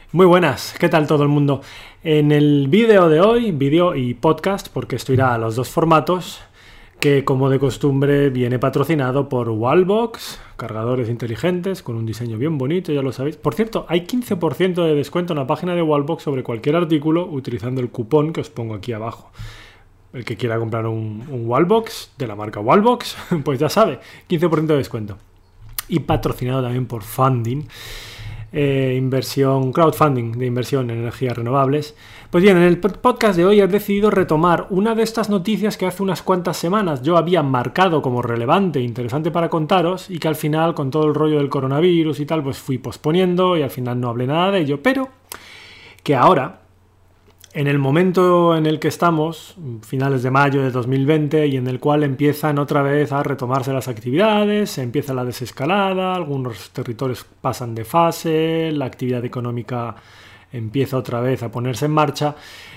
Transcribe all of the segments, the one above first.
Muy buenas, ¿qué tal todo el mundo? En el vídeo de hoy, vídeo y podcast, porque esto irá a los dos formatos, que como de costumbre viene patrocinado por Wallbox, cargadores inteligentes con un diseño bien bonito, ya lo sabéis. Por cierto, hay 15% de descuento en la página de Wallbox sobre cualquier artículo utilizando el cupón que os pongo aquí abajo. El que quiera comprar un Wallbox de la marca Wallbox, pues ya sabe, 15% de descuento. Y patrocinado también por Funding. Crowdfunding de inversión en energías renovables. Pues bien, en el podcast de hoy he decidido retomar una de estas noticias que hace unas cuantas semanas yo había marcado como relevante e interesante para contaros, y que al final, con todo el rollo del coronavirus y tal, pues fui posponiendo y al final no hablé nada de ello, pero que ahora, en el momento en el que estamos, finales de mayo de 2020, y en el cual empiezan otra vez a retomarse las actividades, se empieza la desescalada, algunos territorios pasan de fase, la actividad económica empieza otra vez a ponerse en marcha,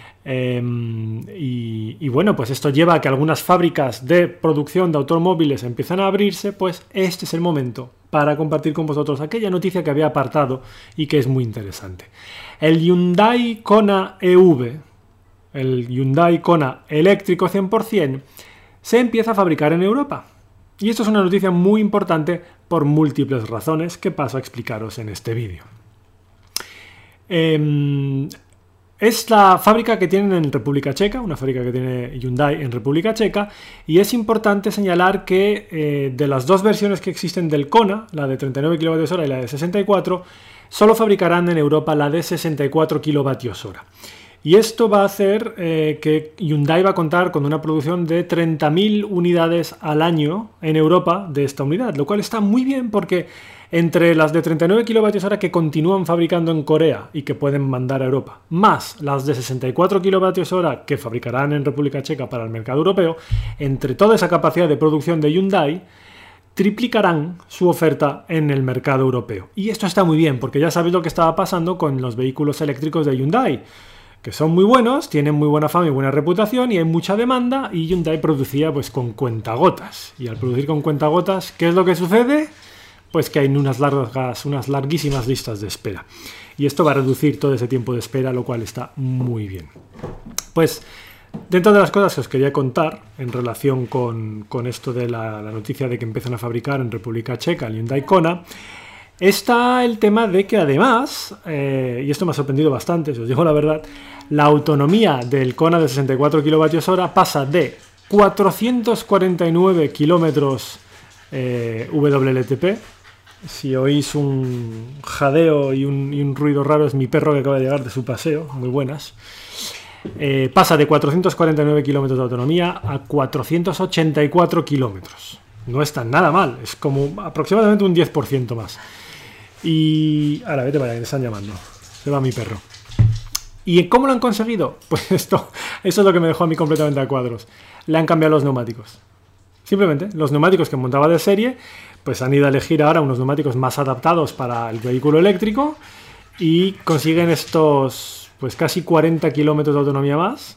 y bueno, pues esto lleva a que algunas fábricas de producción de automóviles empiezan a abrirse. Pues este es el momento para compartir con vosotros aquella noticia que había apartado y que es muy interesante. El Hyundai Kona EV, el Hyundai Kona eléctrico 100%, se empieza a fabricar en Europa. Y esto es una noticia muy importante por múltiples razones que paso a explicaros en este vídeo. Es la fábrica que tienen en República Checa, una fábrica que tiene Hyundai en República Checa, y es importante señalar que de las dos versiones que existen del Kona, la de 39 kWh y la de 64, solo fabricarán en Europa la de 64 kWh. Y esto va a hacer que Hyundai va a contar con una producción de 30.000 unidades al año en Europa de esta unidad, lo cual está muy bien porque entre las de 39 kWh que continúan fabricando en Corea y que pueden mandar a Europa, más las de 64 kWh que fabricarán en República Checa para el mercado europeo, entre toda esa capacidad de producción de Hyundai, triplicarán su oferta en el mercado europeo. Y esto está muy bien, porque ya sabéis lo que estaba pasando con los vehículos eléctricos de Hyundai, que son muy buenos, tienen muy buena fama y buena reputación, y hay mucha demanda, y Hyundai producía pues con cuentagotas. Y al producir con cuentagotas, ¿qué es lo que sucede? Pues que hay unas larguísimas listas de espera. Y esto va a reducir todo ese tiempo de espera, lo cual está muy bien. Pues dentro de las cosas que os quería contar en relación con esto de la noticia de que empiezan a fabricar en República Checa el Hyundai Kona, está el tema de que además, y esto me ha sorprendido bastante, si os digo la verdad, la autonomía del Kona de 64 kWh pasa de 449 kilómetros WLTP. Si oís un jadeo y un ruido raro, es mi perro que acaba de llegar de su paseo, muy buenas. Pasa de 449 kilómetros de autonomía a 484 kilómetros. No está nada mal, es como aproximadamente un 10% más. Y ahora vete para allá, que te están llamando. Se va mi perro. ¿Y cómo lo han conseguido? Pues eso es lo que me dejó a mí completamente a cuadros. Le han cambiado los neumáticos. Simplemente, los neumáticos que montaba de serie, pues han ido a elegir ahora unos neumáticos más adaptados para el vehículo eléctrico y consiguen estos, pues casi 40 kilómetros de autonomía más,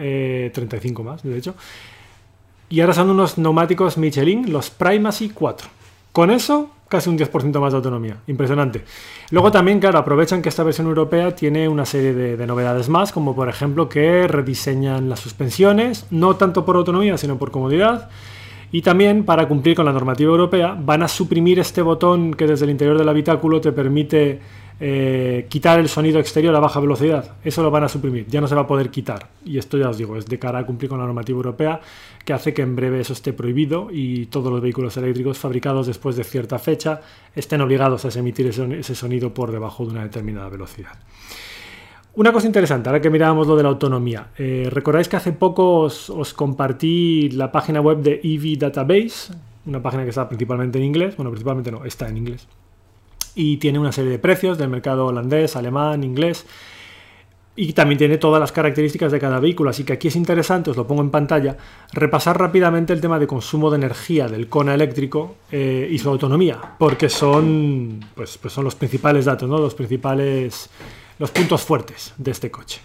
35 más, de hecho. Y ahora son unos neumáticos Michelin, los Primacy 4. Con eso, casi un 10% más de autonomía. Impresionante. Luego también, claro, aprovechan que esta versión europea tiene una serie de novedades más, como por ejemplo que rediseñan las suspensiones, no tanto por autonomía, sino por comodidad. Y también, para cumplir con la normativa europea, van a suprimir este botón que desde el interior del habitáculo te permite quitar el sonido exterior a baja velocidad. Eso lo van a suprimir, ya no se va a poder quitar. Y esto ya os digo, es de cara a cumplir con la normativa europea, que hace que en breve eso esté prohibido y todos los vehículos eléctricos fabricados después de cierta fecha estén obligados a emitir ese sonido por debajo de una determinada velocidad. Una cosa interesante, ahora que mirábamos lo de la autonomía, recordáis que hace poco os compartí la página web de EV Database, una página que está principalmente en inglés, bueno, principalmente no, está en inglés, y tiene una serie de precios del mercado holandés, alemán, inglés, y también tiene todas las características de cada vehículo, así que aquí es interesante, os lo pongo en pantalla, repasar rápidamente el tema de consumo de energía del Kona eléctrico y su autonomía, porque son los principales datos, ¿no? Los puntos fuertes de este coche.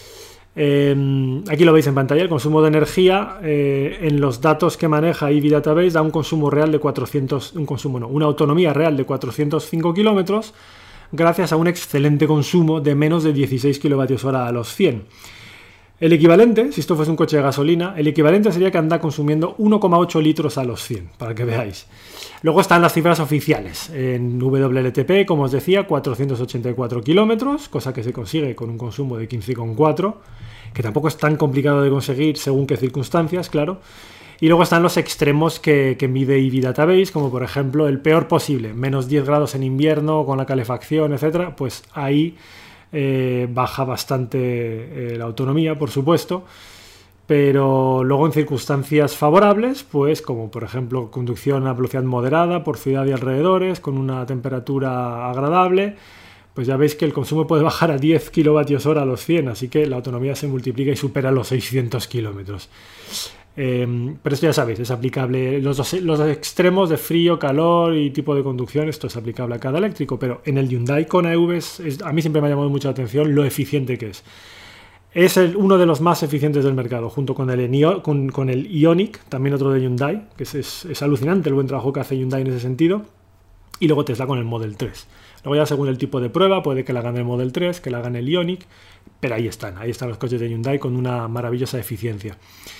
Aquí lo veis en pantalla, el consumo de energía en los datos que maneja EV Database da un consumo real de una autonomía real de 405 kilómetros gracias a un excelente consumo de menos de 16 kWh a los 100. El equivalente, si esto fuese un coche de gasolina, el equivalente sería que anda consumiendo 1,8 litros a los 100, para que veáis. Luego están las cifras oficiales. En WLTP, como os decía, 484 kilómetros, cosa que se consigue con un consumo de 15,4, que tampoco es tan complicado de conseguir según qué circunstancias, claro. Y luego están los extremos que mide EV Database, como por ejemplo el peor posible, menos 10 grados en invierno con la calefacción, etcétera. Pues ahí baja bastante la autonomía, por supuesto, pero luego en circunstancias favorables, pues como por ejemplo conducción a velocidad moderada por ciudad y alrededores, con una temperatura agradable, pues ya veis que el consumo puede bajar a 10 kWh a los 100, así que la autonomía se multiplica y supera los 600 kilómetros. Pero esto ya sabéis, es aplicable los extremos de frío, calor y tipo de conducción, esto es aplicable a cada eléctrico, pero en el Hyundai Kona EV a mí siempre me ha llamado mucha atención lo eficiente que es. Es uno de los más eficientes del mercado, junto con el Ioniq, también otro de Hyundai, que es alucinante el buen trabajo que hace Hyundai en ese sentido, y luego Tesla con el Model 3. Luego ya según el tipo de prueba, puede que la hagan el Model 3, que la hagan el Ioniq, pero ahí están los coches de Hyundai con una maravillosa eficiencia.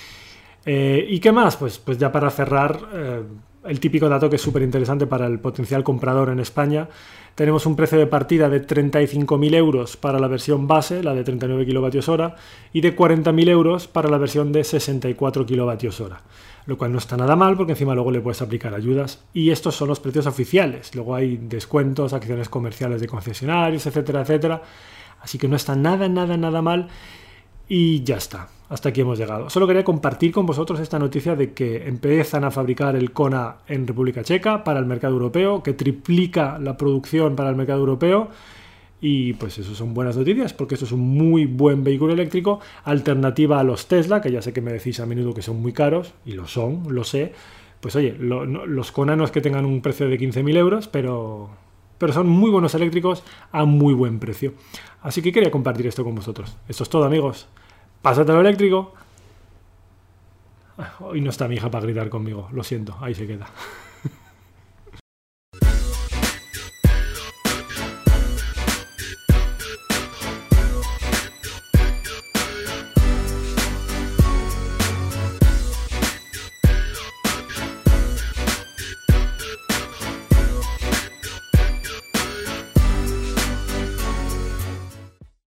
¿Y qué más? Pues ya para cerrar, el típico dato que es súper interesante para el potencial comprador en España. Tenemos un precio de partida de 35.000 euros para la versión base, la de 39 kWh, y de 40.000 euros para la versión de 64 kWh. Lo cual no está nada mal porque encima luego le puedes aplicar ayudas. Y estos son los precios oficiales. Luego hay descuentos, acciones comerciales de concesionarios, etcétera, etcétera. Así que no está nada mal. Y ya está, hasta aquí hemos llegado. Solo quería compartir con vosotros esta noticia de que empiezan a fabricar el Kona en República Checa para el mercado europeo, que triplica la producción para el mercado europeo. Y pues eso son buenas noticias, porque esto es un muy buen vehículo eléctrico, alternativa a los Tesla, que ya sé que me decís a menudo que son muy caros, y lo son, lo sé. Pues oye, los Kona no es que tengan un precio de 15.000 euros, pero son muy buenos eléctricos a muy buen precio. Así que quería compartir esto con vosotros. Esto es todo, amigos. Pásate lo eléctrico. Hoy no está mi hija para gritar conmigo, lo siento, ahí se queda.